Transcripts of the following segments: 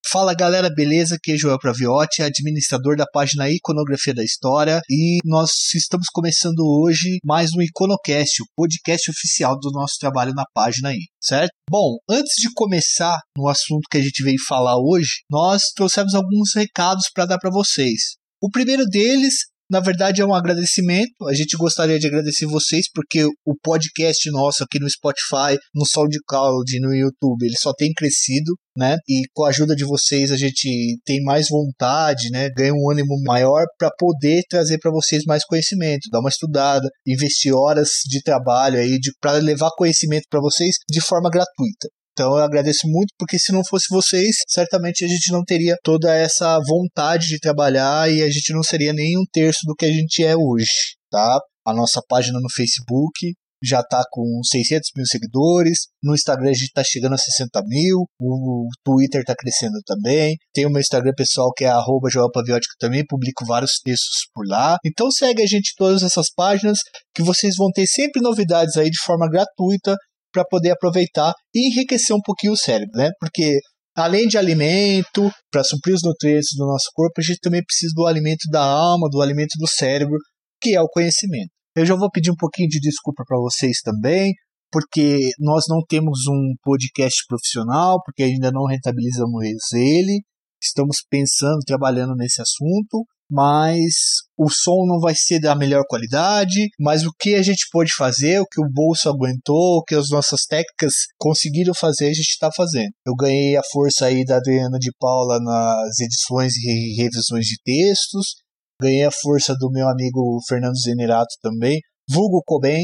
Fala galera, beleza? Aqui é Joel Praviotti, administrador da página Iconografia da História, e nós estamos começando hoje mais um Iconocast, o podcast oficial do nosso trabalho na página aí, certo? Bom, antes de começar no assunto que a gente veio falar hoje, nós trouxemos alguns recados para dar para vocês. O primeiro deles, na verdade, é um agradecimento. A gente gostaria de agradecer vocês porque o podcast nosso aqui no Spotify, no SoundCloud e no YouTube, ele só tem crescido, né? E com a ajuda de vocês a gente tem mais vontade, né? Ganha um ânimo maior para poder trazer para vocês mais conhecimento, dar uma estudada, investir horas de trabalho aí para levar conhecimento para vocês de forma gratuita. Então eu agradeço muito, porque se não fosse vocês, certamente a gente não teria toda essa vontade de trabalhar e a gente não seria nem um terço do que a gente é hoje, tá? A nossa página no Facebook já tá com 600 mil seguidores, no Instagram a gente tá chegando a 60 mil, o Twitter tá crescendo também, tem o meu Instagram pessoal que é @joelpaviotti, que eu também publico vários textos por lá. Então segue a gente em todas essas páginas, que vocês vão ter sempre novidades aí de forma gratuita, para poder aproveitar e enriquecer um pouquinho o cérebro, né? Porque além de alimento, para suprir os nutrientes do nosso corpo, a gente também precisa do alimento da alma, do alimento do cérebro, que é o conhecimento. Eu já vou pedir um pouquinho de desculpa para vocês também, porque nós não temos um podcast profissional, porque ainda não rentabilizamos ele. Estamos pensando, trabalhando nesse assunto, mas o som não vai ser da melhor qualidade, mas o que a gente pôde fazer, o que o bolso aguentou, o que as nossas técnicas conseguiram fazer, a gente está fazendo. Eu ganhei a força aí da Adriana de Paula nas edições e revisões de textos, ganhei a força do meu amigo Fernando Zenerato também, vulgo Coben,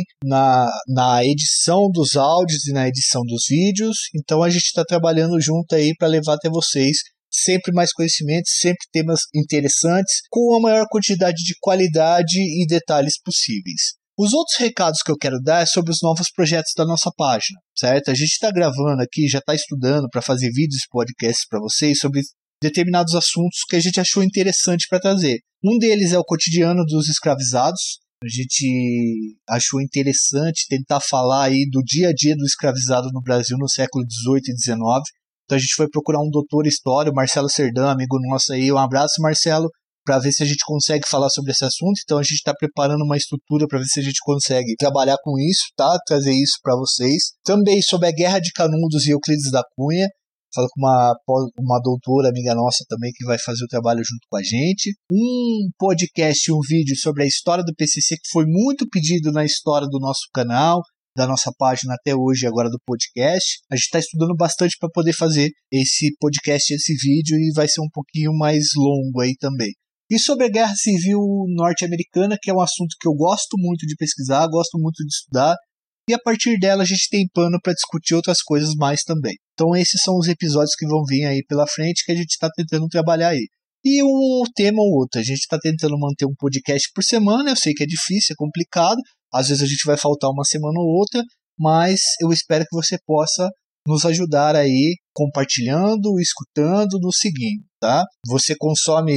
na edição dos áudios e na edição dos vídeos. Então a gente está trabalhando junto aí para levar até vocês sempre mais conhecimento, sempre temas interessantes, com a maior quantidade de qualidade e detalhes possíveis. Os outros recados que eu quero dar é sobre os novos projetos da nossa página, certo? A gente está gravando aqui, já está estudando para fazer vídeos e podcasts para vocês sobre determinados assuntos que a gente achou interessante para trazer. Um deles é o cotidiano dos escravizados. A gente achou interessante tentar falar aí do dia a dia do escravizado no Brasil no século XVIII e XIX. Então a gente foi procurar um doutor em história, o Marcelo Serdã, amigo nosso aí. Um abraço, Marcelo, para ver se a gente consegue falar sobre esse assunto. Então a gente está preparando uma estrutura para ver se a gente consegue trabalhar com isso, tá? Trazer isso para vocês. Também sobre a Guerra de Canudos e Euclides da Cunha. Falo com uma doutora amiga nossa também que vai fazer o trabalho junto com a gente. Um podcast e um vídeo sobre a história do PCC que foi muito pedido na história do nosso canal, da nossa página até hoje, agora do podcast. A gente está estudando bastante para poder fazer esse podcast, esse vídeo, e vai ser um pouquinho mais longo aí também. E sobre a Guerra Civil Norte-Americana, que é um assunto que eu gosto muito de pesquisar, gosto muito de estudar, e a partir dela a gente tem pano para discutir outras coisas mais também. Então esses são os episódios que vão vir aí pela frente, que a gente está tentando trabalhar aí. E um tema ou outro, a gente está tentando manter um podcast por semana. Eu sei que é difícil, é complicado, às vezes a gente vai faltar uma semana ou outra, mas eu espero que você possa nos ajudar aí, compartilhando, escutando, nos seguindo, tá? Você consome,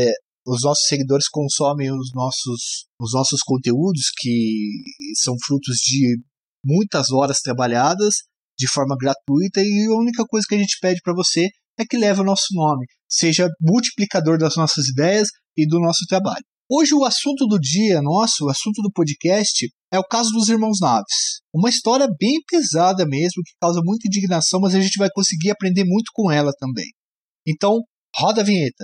os nossos seguidores consomem os nossos conteúdos, que são frutos de muitas horas trabalhadas de forma gratuita, e a única coisa que a gente pede para você é que leve o nosso nome, seja multiplicador das nossas ideias e do nosso trabalho. Hoje o assunto do dia nosso, o assunto do podcast, é o caso dos Irmãos Naves. Uma história bem pesada mesmo, que causa muita indignação, mas a gente vai conseguir aprender muito com ela também. Então, roda a vinheta.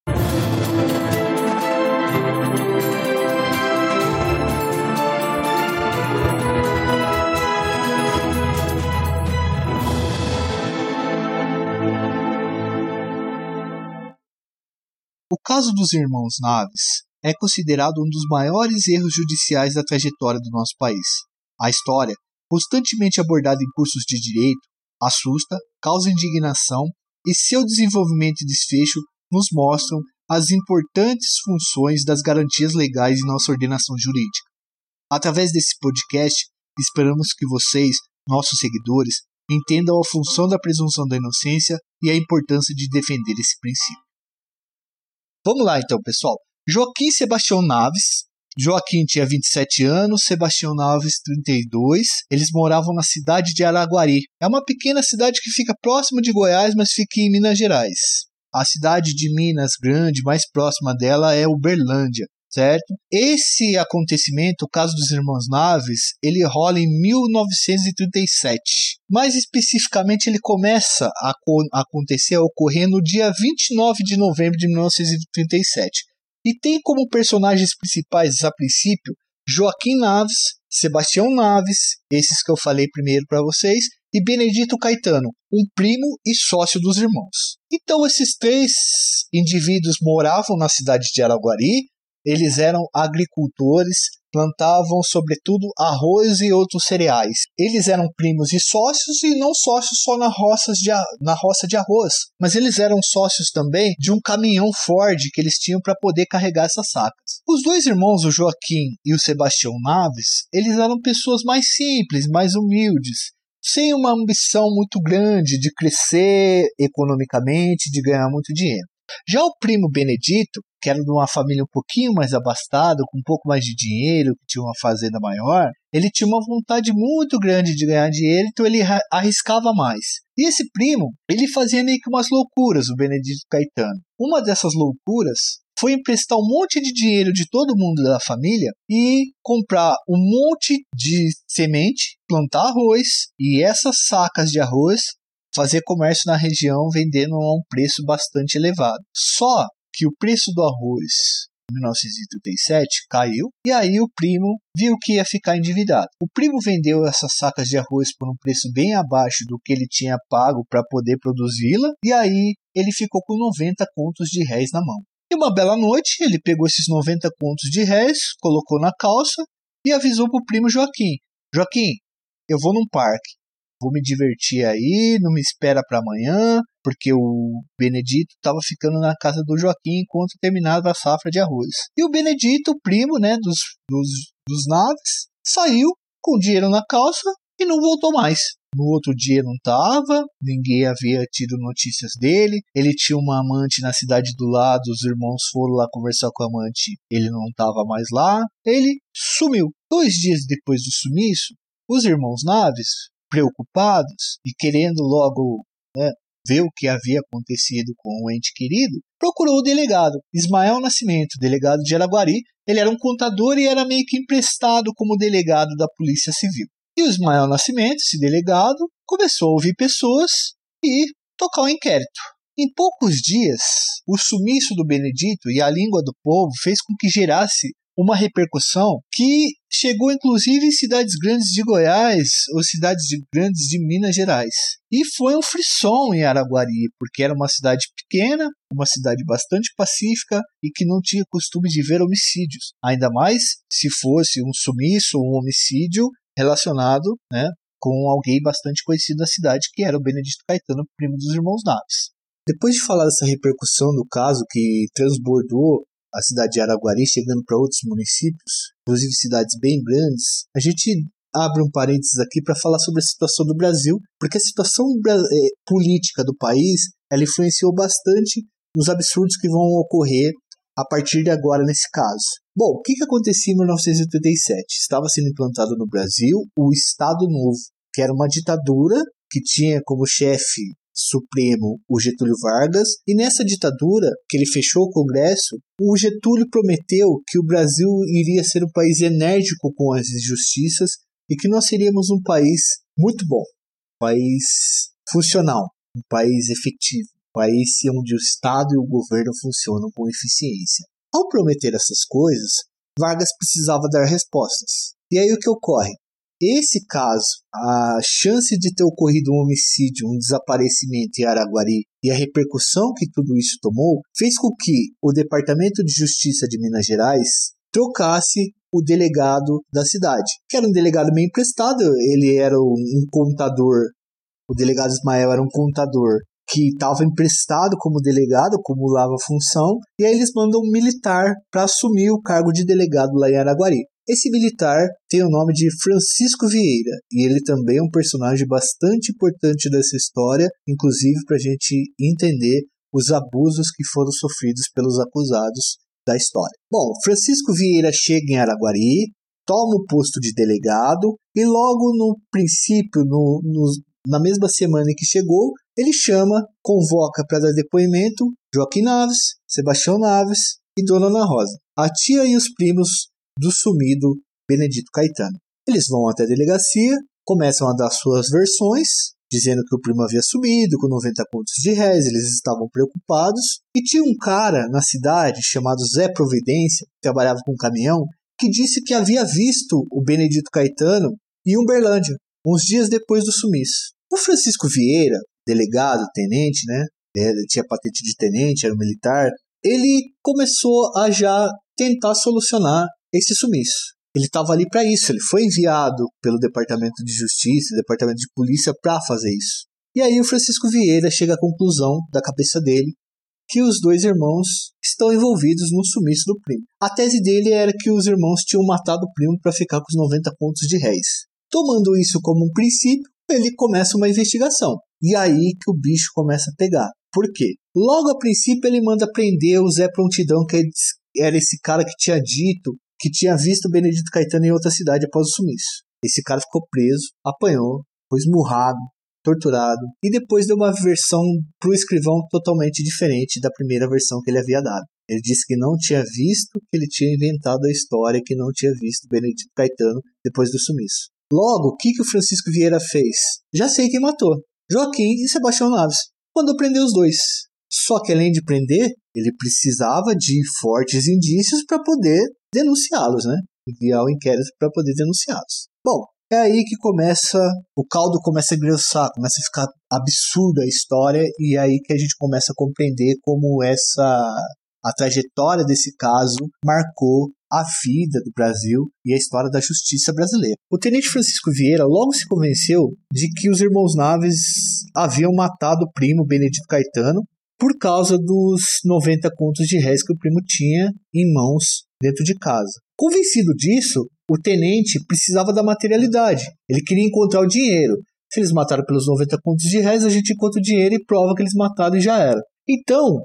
O caso dos Irmãos Naves é considerado um dos maiores erros judiciais da trajetória do nosso país. A história, constantemente abordada em cursos de direito, assusta, causa indignação, e seu desenvolvimento e desfecho nos mostram as importantes funções das garantias legais em nossa ordenação jurídica. Através desse podcast, esperamos que vocês, nossos seguidores, entendam a função da presunção da inocência e a importância de defender esse princípio. Vamos lá então, pessoal. Joaquim Sebastião Naves. Joaquim tinha 27 anos, Sebastião Naves 32. Eles moravam na cidade de Araguari. É uma pequena cidade que fica próximo de Goiás, mas fica em Minas Gerais. A cidade de Minas grande, mais próxima dela, é Uberlândia, certo? Esse acontecimento, o caso dos irmãos Naves, ele rola em 1937. Mais especificamente, ele começa a acontecer, a ocorrer no dia 29 de novembro de 1937. E tem como personagens principais, a princípio, Joaquim Naves, Sebastião Naves, esses que eu falei primeiro para vocês, e Benedito Caetano, um primo e sócio dos irmãos. Então esses três indivíduos moravam na cidade de Araguari, eles eram agricultores, plantavam sobretudo arroz e outros cereais. Eles eram primos e sócios, e não sócios só na roça de arroz, mas eles eram sócios também de um caminhão Ford que eles tinham para poder carregar essas sacas. Os dois irmãos, o Joaquim e o Sebastião Naves, eles eram pessoas mais simples, mais humildes, sem uma ambição muito grande de crescer economicamente, de ganhar muito dinheiro. Já o primo Benedito, que era de uma família um pouquinho mais abastada, com um pouco mais de dinheiro, que tinha uma fazenda maior, ele tinha uma vontade muito grande de ganhar dinheiro, então ele arriscava mais. E esse primo, ele fazia meio que umas loucuras, o Benedito Caetano. Uma dessas loucuras foi emprestar um monte de dinheiro de todo mundo da família e comprar um monte de semente, plantar arroz, e essas sacas de arroz fazer comércio na região vendendo a um preço bastante elevado. Só que o preço do arroz em 1937 caiu, e aí o primo viu que ia ficar endividado. O primo vendeu essas sacas de arroz por um preço bem abaixo do que ele tinha pago para poder produzi-la, e aí ele ficou com 90 contos de réis na mão. E uma bela noite, ele pegou esses 90 contos de réis, colocou na calça e avisou para o primo Joaquim: Joaquim, eu vou num parque. Vou me divertir aí, não me espera para amanhã, porque o Benedito estava ficando na casa do Joaquim enquanto terminava a safra de arroz. E o Benedito, o primo, né, dos Naves, saiu com dinheiro na calça e não voltou mais. No outro dia não estava, ninguém havia tido notícias dele. Ele tinha uma amante na cidade do lado, os irmãos foram lá conversar com a amante, ele não estava mais lá. Ele sumiu. 2 dias depois do sumiço, os irmãos Naves, preocupados e querendo logo, né, ver o que havia acontecido com o ente querido, procurou o delegado, Ismael Nascimento, delegado de Araguari. Ele era um contador e era meio que emprestado como delegado da Polícia Civil. E o Ismael Nascimento, esse delegado, começou a ouvir pessoas e tocar um inquérito. Em poucos dias, o sumiço do Benedito e a língua do povo fez com que gerasse uma repercussão que chegou inclusive em cidades grandes de Goiás ou cidades grandes de Minas Gerais. E foi um frisson em Araguari, porque era uma cidade pequena, uma cidade bastante pacífica e que não tinha costume de ver homicídios. Ainda mais se fosse um sumiço ou um homicídio relacionado, né, com alguém bastante conhecido da cidade, que era o Benedito Caetano, primo dos irmãos Naves. Depois de falar dessa repercussão do caso que transbordou a cidade de Araguari, chegando para outros municípios, inclusive cidades bem grandes, a gente abre um parênteses aqui para falar sobre a situação do Brasil, porque a situação política do país, ela influenciou bastante nos absurdos que vão ocorrer a partir de agora nesse caso. Bom, o que acontecia em 1987? Estava sendo implantado no Brasil o Estado Novo, que era uma ditadura que tinha como chefe supremo o Getúlio Vargas, e nessa ditadura, que ele fechou o Congresso, o Getúlio prometeu que o Brasil iria ser um país enérgico com as injustiças e que nós seríamos um país muito bom, um país funcional, um país efetivo, um país onde o Estado e o governo funcionam com eficiência. Ao prometer essas coisas, Vargas precisava dar respostas. E aí o que ocorre? Esse caso, a chance de ter ocorrido um homicídio, um desaparecimento em Araguari e a repercussão que tudo isso tomou, fez com que o Departamento de Justiça de Minas Gerais trocasse o delegado da cidade, que era um delegado meio emprestado. Ele era um contador, o delegado Ismael era um contador que estava emprestado como delegado, acumulava função, e aí eles mandam um militar para assumir o cargo de delegado lá em Araguari. Esse militar tem o nome de Francisco Vieira, e ele também é um personagem bastante importante dessa história, inclusive para a gente entender os abusos que foram sofridos pelos acusados da história. Bom, Francisco Vieira chega em Araguari, toma o posto de delegado, e logo no princípio, na mesma semana em que chegou, Ele convoca para dar depoimento Joaquim Naves, Sebastião Naves e Dona Ana Rosa, a tia e os primos do sumido Benedito Caetano. Eles vão até a delegacia, começam a dar suas versões, dizendo que o primo havia sumido com 90 contos de réis, eles estavam preocupados. E tinha um cara na cidade chamado Zé Providência, que trabalhava com um caminhão, que disse que havia visto o Benedito Caetano em Uberlândia, uns dias depois do sumiço. O Francisco Vieira, delegado, tenente, né? Ele tinha patente de tenente, era um militar. Ele começou a já tentar solucionar esse sumiço. Ele estava ali para isso, ele foi enviado pelo Departamento de Justiça, Departamento de Polícia para fazer isso. E aí o Francisco Vieira chega à conclusão da cabeça dele que os dois irmãos estão envolvidos no sumiço do primo. A tese dele era que os irmãos tinham matado o primo para ficar com os 90 contos de réis. Tomando isso como um princípio, ele começa uma investigação. E aí que o bicho começa a pegar. Por quê? Logo a princípio ele manda prender o Zé Prontidão, que era esse cara que tinha dito que tinha visto o Benedito Caetano em outra cidade após o sumiço. Esse cara ficou preso, apanhou, foi esmurrado, torturado e depois deu uma versão para o escrivão totalmente diferente da primeira versão que ele havia dado. Ele disse que não tinha visto, que ele tinha inventado a história, que não tinha visto o Benedito Caetano depois do sumiço. Logo, o que o Francisco Vieira fez? Já sei quem matou. Joaquim e Sebastião Naves. Mandou prender os dois. Só que além de prender, ele precisava de fortes indícios para poder denunciá-los, né? Enviar o inquérito para poder denunciá-los. Bom, é aí que o caldo começa a engrossar, começa a ficar absurda a história e é aí que a gente começa a compreender como a trajetória desse caso marcou a vida do Brasil e a história da justiça brasileira. O tenente Francisco Vieira logo se convenceu de que os irmãos Naves haviam matado o primo Benedito Caetano por causa dos 90 contos de réis que o primo tinha em mãos dentro de casa. Convencido disso, o tenente precisava da materialidade. Ele queria encontrar o dinheiro. Se eles mataram pelos 90 contos de réis, a gente encontra o dinheiro e prova que eles mataram e já era. Então,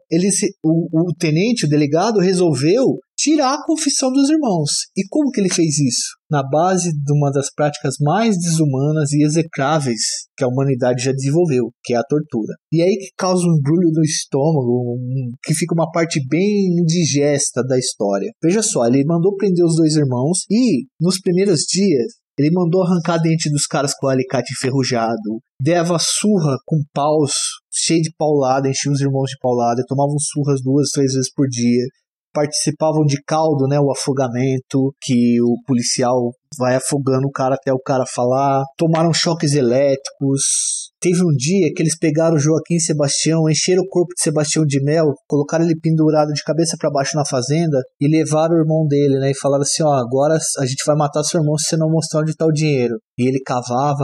o tenente, o delegado, resolveu tirar a confissão dos irmãos. E como que ele fez isso? Na base de uma das práticas mais desumanas e execráveis que a humanidade já desenvolveu, que é a tortura. E aí que causa um embrulho no estômago, que fica uma parte bem indigesta da história. Veja só, ele mandou prender os dois irmãos e, nos primeiros dias, ele mandou arrancar dente dos caras com alicate enferrujado, dava surra com paus, cheio de paulada, enchia os irmãos de paulada, tomavam surras 2, 3 vezes por dia, participavam de caldo, né, o afogamento, que o policial vai afogando o cara até o cara falar, tomaram choques elétricos. Teve um dia que eles pegaram o Joaquim e Sebastião, encheram o corpo de Sebastião de mel, colocaram ele pendurado de cabeça para baixo na fazenda e levaram o irmão dele, né, e falaram assim, ó, agora a gente vai matar seu irmão se você não mostrar onde tá o dinheiro. E ele cavava,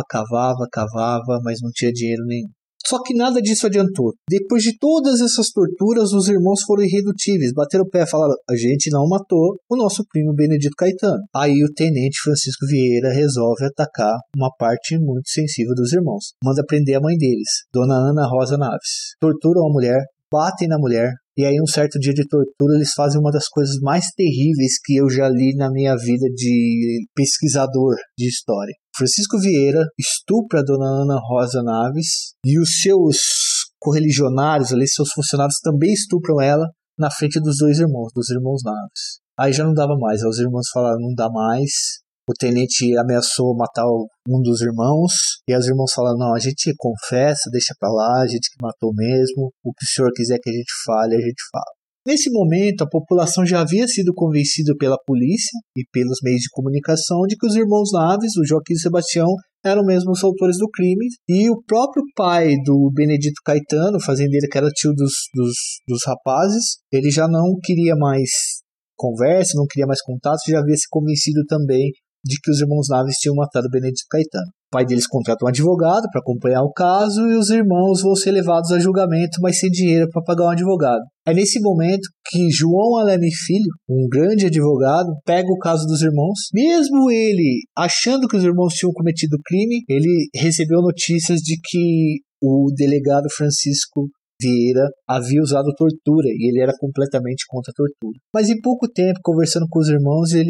mas não tinha dinheiro nenhum. Só que nada disso adiantou. Depois de todas essas torturas, os irmãos foram irredutíveis. Bateram o pé e falaram, a gente não matou o nosso primo Benedito Caetano. Aí o tenente Francisco Vieira resolve atacar uma parte muito sensível dos irmãos. Manda prender a mãe deles, Dona Ana Rosa Naves. Torturam a mulher, batem na mulher. E aí um certo dia de tortura eles fazem uma das coisas mais terríveis que eu já li na minha vida de pesquisador de história. Francisco Vieira estupra a Dona Ana Rosa Naves e os seus correligionários, ali, seus funcionários também estupram ela na frente dos dos irmãos Naves. Aí já não dava mais, os irmãos falaram, não dá mais. O tenente ameaçou matar um dos irmãos, e os irmãos falaram, não, a gente confessa, deixa pra lá, a gente que matou mesmo, o que o senhor quiser que a gente fale, a gente fala. Nesse momento, a população já havia sido convencida pela polícia e pelos meios de comunicação de que os irmãos Naves, o Joaquim e o Sebastião, eram mesmo os autores do crime, e o próprio pai do Benedito Caetano, fazendeiro que era tio dos rapazes, ele já não queria mais conversa, não queria mais contato, já havia se convencido também de que os irmãos Naves tinham matado Benedito Caetano. O pai deles contrata um advogado para acompanhar o caso e os irmãos vão ser levados a julgamento, mas sem dinheiro para pagar um advogado. É nesse momento que João Aleme Filho, um grande advogado, pega o caso dos irmãos. Mesmo ele achando que os irmãos tinham cometido crime, ele recebeu notícias de que o delegado Francisco Vieira havia usado tortura e ele era completamente contra a tortura. Mas em pouco tempo, conversando com os irmãos, ele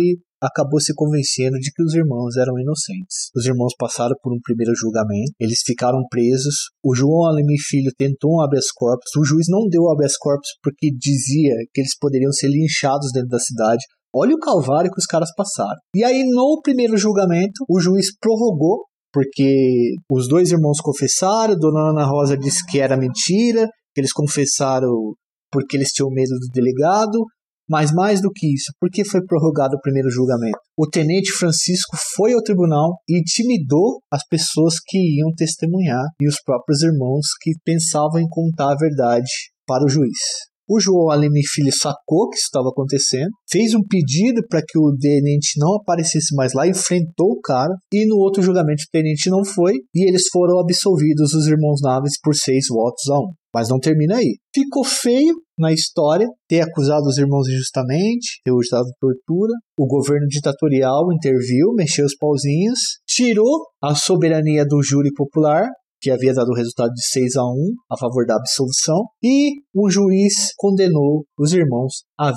acabou se convencendo de que os irmãos eram inocentes. Os irmãos passaram por um primeiro julgamento, eles ficaram presos, o João Alemir Filho tentou um habeas corpus, o juiz não deu habeas corpus porque dizia que eles poderiam ser linchados dentro da cidade. Olha o calvário que os caras passaram. E aí, no primeiro julgamento, o juiz prorrogou, porque os dois irmãos confessaram, Dona Ana Rosa disse que era mentira, que eles confessaram porque eles tinham medo do delegado, mas mais do que isso, por que foi prorrogado o primeiro julgamento? O tenente Francisco foi ao tribunal e intimidou as pessoas que iam testemunhar e os próprios irmãos que pensavam em contar a verdade para o juiz. O João Alemir Filho sacou que isso estava acontecendo, fez um pedido para que o tenente não aparecesse mais lá, enfrentou o cara, e no outro julgamento o tenente não foi, e eles foram absolvidos, os irmãos Naves, por 6-1. Mas não termina aí. Ficou feio na história ter acusado os irmãos injustamente, ter usado tortura. O governo ditatorial interviu, mexeu os pauzinhos, tirou a soberania do júri popular, que havia dado o resultado de 6-1 a favor da absolvição, e o juiz condenou os irmãos a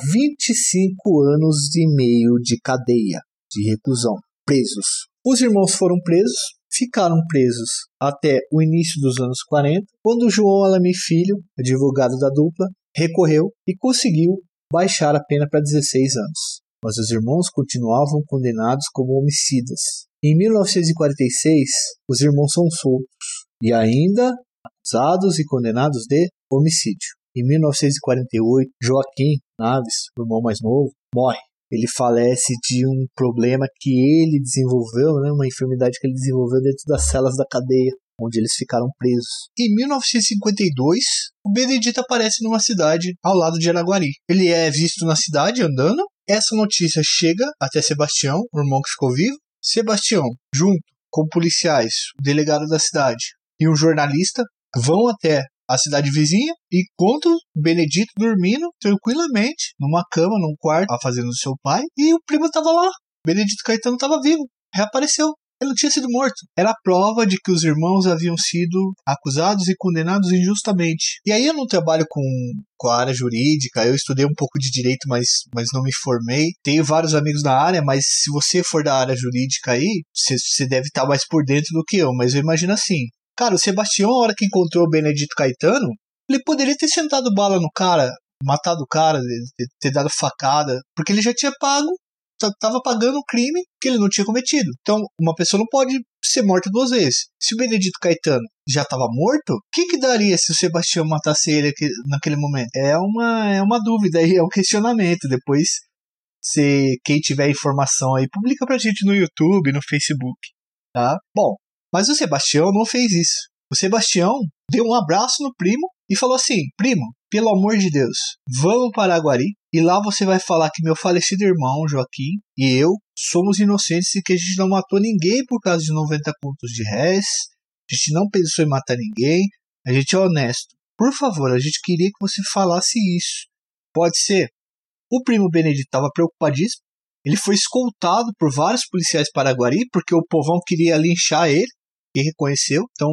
25 anos e meio de cadeia, de reclusão, presos. Os irmãos foram presos, ficaram presos até o início dos anos 40, quando João Alemir Filho, advogado da dupla, recorreu e conseguiu baixar a pena para 16 anos. Mas os irmãos continuavam condenados como homicidas. Em 1946, os irmãos são soltos e ainda acusados e condenados de homicídio. Em 1948, Joaquim Naves, o irmão mais novo, morre. Ele falece de um problema que ele desenvolveu, uma enfermidade que ele desenvolveu dentro das celas da cadeia, onde eles ficaram presos. Em 1952, o Benedito aparece numa cidade ao lado de Araguari. Ele é visto na cidade andando. Essa notícia chega até Sebastião, o irmão que ficou vivo. Sebastião, junto com policiais, o delegado da cidade e um jornalista, vão até a cidade vizinha e encontram o Benedito dormindo tranquilamente numa cama, num quarto, a fazenda do seu pai, e o primo estava lá. Benedito Caetano estava vivo, reapareceu. Ele não tinha sido morto. Era a prova de que os irmãos haviam sido acusados e condenados injustamente. E aí eu não trabalho com a área jurídica, eu estudei um pouco de direito, mas não me formei. Tenho vários amigos na área, mas se você for da área jurídica aí, você deve estar mais por dentro do que eu. Mas eu imagino assim, cara, o Sebastião, a hora que encontrou o Benedito Caetano, ele poderia ter sentado bala no cara, matado o cara, ter dado facada, porque ele já tinha pago, estava pagando o crime que ele não tinha cometido. Então, uma pessoa não pode ser morta duas vezes. Se o Benedito Caetano já estava morto, o que daria se o Sebastião matasse ele naquele momento? É uma dúvida aí, é um questionamento. Depois, quem tiver informação aí, publica pra gente no YouTube, no Facebook, tá? Bom, mas o Sebastião não fez isso. O Sebastião deu um abraço no primo e falou assim: primo, pelo amor de Deus, vamos para Araguari e lá você vai falar que meu falecido irmão, Joaquim, e eu somos inocentes e que a gente não matou ninguém por causa de 90 contos de réis, a gente não pensou em matar ninguém, a gente é honesto. Por favor, a gente queria que você falasse isso. Pode ser? O primo Benedito estava preocupadíssimo. Ele foi escoltado por vários policiais paraguari porque o povão queria linchar ele e reconheceu. Então,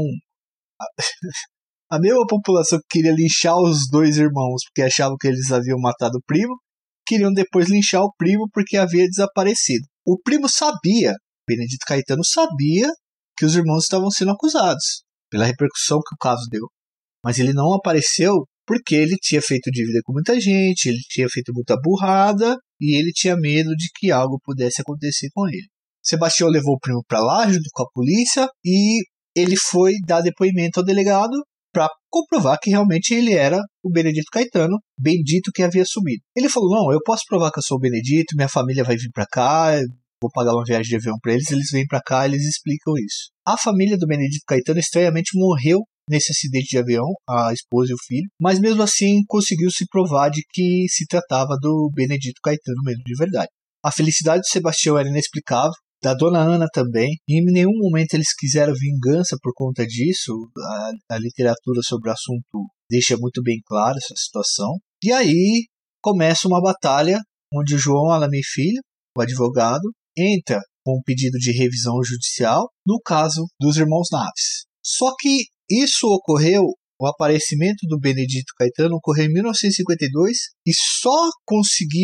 a mesma população que queria linchar os dois irmãos porque achavam que eles haviam matado o primo, queriam depois linchar o primo porque havia desaparecido. O primo sabia, Benedito Caetano sabia que os irmãos estavam sendo acusados pela repercussão que o caso deu. Mas ele não apareceu porque ele tinha feito dívida com muita gente, ele tinha feito muita burrada e ele tinha medo de que algo pudesse acontecer com ele. Sebastião levou o primo para lá junto com a polícia e ele foi dar depoimento ao delegado para comprovar que realmente ele era o Benedito Caetano, bendito que havia sumido. Ele falou: não, eu posso provar que eu sou o Benedito, minha família vai vir para cá, vou pagar uma viagem de avião para eles vêm para cá, eles explicam isso. A família do Benedito Caetano estranhamente morreu nesse acidente de avião, a esposa e o filho, mas mesmo assim conseguiu se provar de que se tratava do Benedito Caetano mesmo de verdade. A felicidade de Sebastião era inexplicável, da dona Ana também, e em nenhum momento eles quiseram vingança por conta disso. A literatura sobre o assunto deixa muito bem clara essa situação. E aí começa uma batalha onde o João Alemir Filho, o advogado, entra com um pedido de revisão judicial no caso dos irmãos Naves. Só que isso ocorreu, o aparecimento do Benedito Caetano ocorreu em 1952 e só conseguiram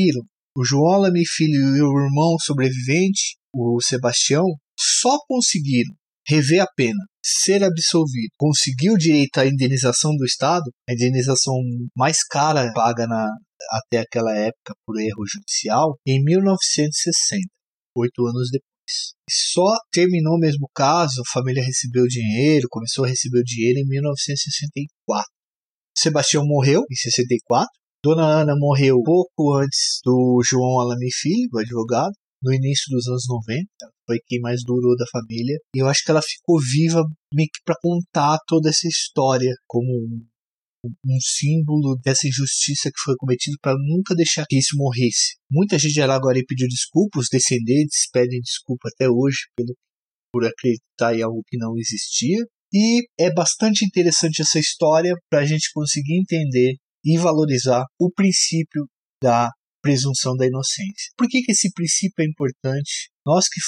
O João Alame Filho e o irmão sobrevivente, o Sebastião, só conseguiram rever a pena, ser absolvido, conseguir o direito à indenização do Estado, a indenização mais cara paga até aquela época por erro judicial, em 1960, 8 anos depois. Só terminou mesmo o caso, a família recebeu dinheiro, começou a receber o dinheiro em 1964. Sebastião morreu em 64. Dona Ana morreu pouco antes do João Alame Filho, do advogado, no início dos anos 90. Foi quem mais durou da família. E eu acho que ela ficou viva meio que para contar toda essa história como um símbolo dessa injustiça que foi cometida, para nunca deixar que isso morresse. Muita gente de Araguari pediu desculpa, os descendentes pedem desculpa até hoje por acreditar em algo que não existia. E é bastante interessante essa história para a gente conseguir entender e valorizar o princípio da presunção da inocência. Por que esse princípio é importante? Nós que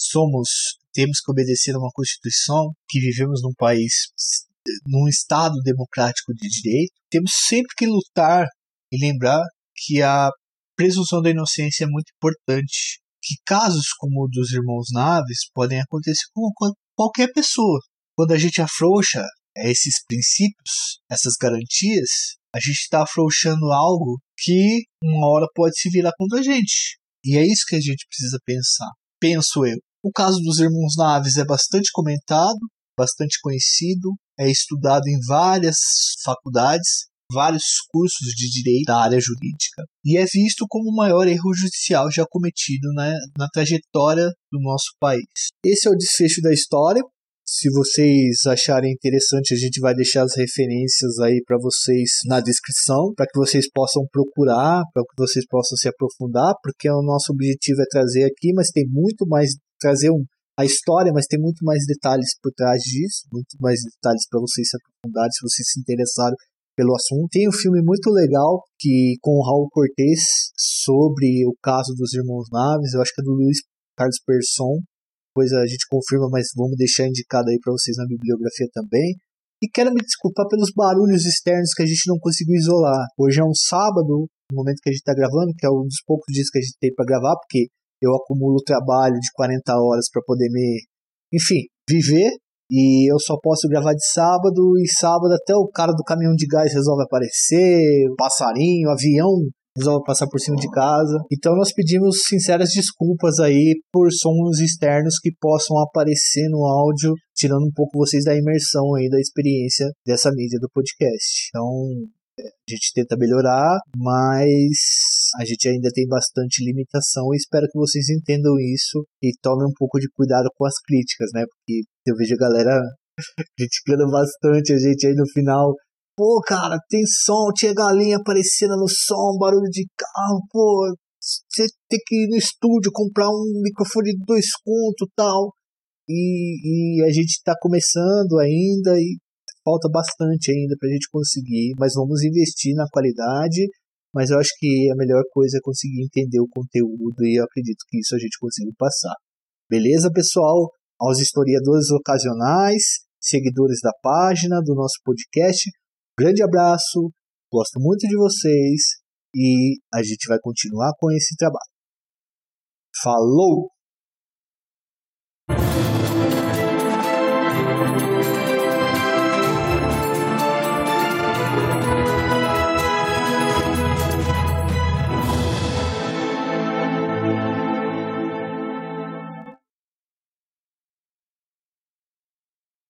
temos que obedecer a uma Constituição, que vivemos num país, num Estado democrático de direito, temos sempre que lutar e lembrar que a presunção da inocência é muito importante. Que casos como o dos irmãos Naves podem acontecer com qualquer pessoa. Quando a gente afrouxa esses princípios, essas garantias, a gente está afrouxando algo que uma hora pode se virar contra a gente. E é isso que a gente precisa pensar. Penso eu. O caso dos irmãos Naves é bastante comentado, bastante conhecido, é estudado em várias faculdades, vários cursos de direito da área jurídica, e é visto como o maior erro judicial já cometido na trajetória do nosso país. Esse é o desfecho da história. Se vocês acharem interessante, a gente vai deixar as referências aí para vocês na descrição, para que vocês possam procurar, para que vocês possam se aprofundar, porque o nosso objetivo é trazer aqui, mas tem muito mais, trazer a história, mas tem muito mais detalhes por trás disso, muito mais detalhes para vocês se aprofundarem, se vocês se interessarem pelo assunto. Tem um filme muito legal com o Raul Cortez sobre o caso dos irmãos Naves, eu acho que é do Luiz Carlos Persson. Depois a gente confirma, mas vamos deixar indicado aí para vocês na bibliografia também. E quero me desculpar pelos barulhos externos que a gente não conseguiu isolar. Hoje é um sábado, no momento que a gente está gravando, que é um dos poucos dias que a gente tem para gravar, porque eu acumulo trabalho de 40 horas para poder viver. E eu só posso gravar de sábado, e sábado até o cara do caminhão de gás resolve aparecer, passarinho, avião resolve passar por cima de casa. Então nós pedimos sinceras desculpas aí por sons externos que possam aparecer no áudio, tirando um pouco vocês da imersão aí da experiência dessa mídia do podcast. Então a gente tenta melhorar, mas a gente ainda tem bastante limitação e espero que vocês entendam isso e tomem um pouco de cuidado com as críticas, né? Porque eu vejo a galera criticando bastante a gente aí no final. Pô, cara, tem som, tinha galinha aparecendo no som, barulho de carro, pô, você tem que ir no estúdio comprar um microfone de 2 contos e tal. E a gente tá começando ainda e falta bastante ainda pra gente conseguir, mas vamos investir na qualidade, mas eu acho que a melhor coisa é conseguir entender o conteúdo e eu acredito que isso a gente conseguiu passar. Beleza, pessoal? Aos historiadores ocasionais, seguidores da página, do nosso podcast, grande abraço, gosto muito de vocês e a gente vai continuar com esse trabalho. Falou!